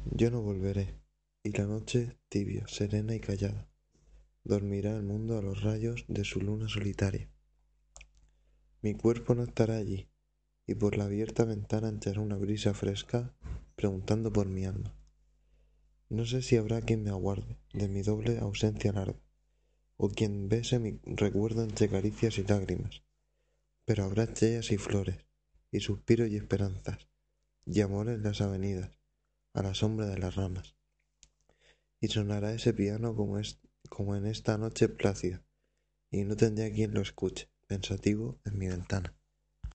Yo no volveré, y la noche, tibia, serena y callada, dormirá el mundo a los rayos de su luna solitaria. Mi cuerpo no estará allí, y por la abierta ventana entrará una brisa fresca, preguntando por mi alma. No sé si habrá quien me aguarde de mi doble ausencia larga, o quien bese mi recuerdo entre caricias y lágrimas, pero habrá estrellas y flores, y suspiros y esperanzas, y amor en las avenidas, a la sombra de las ramas. Y sonará ese piano como en esta noche plácida, y no tendré quien lo escuche, pensativo, en mi ventana.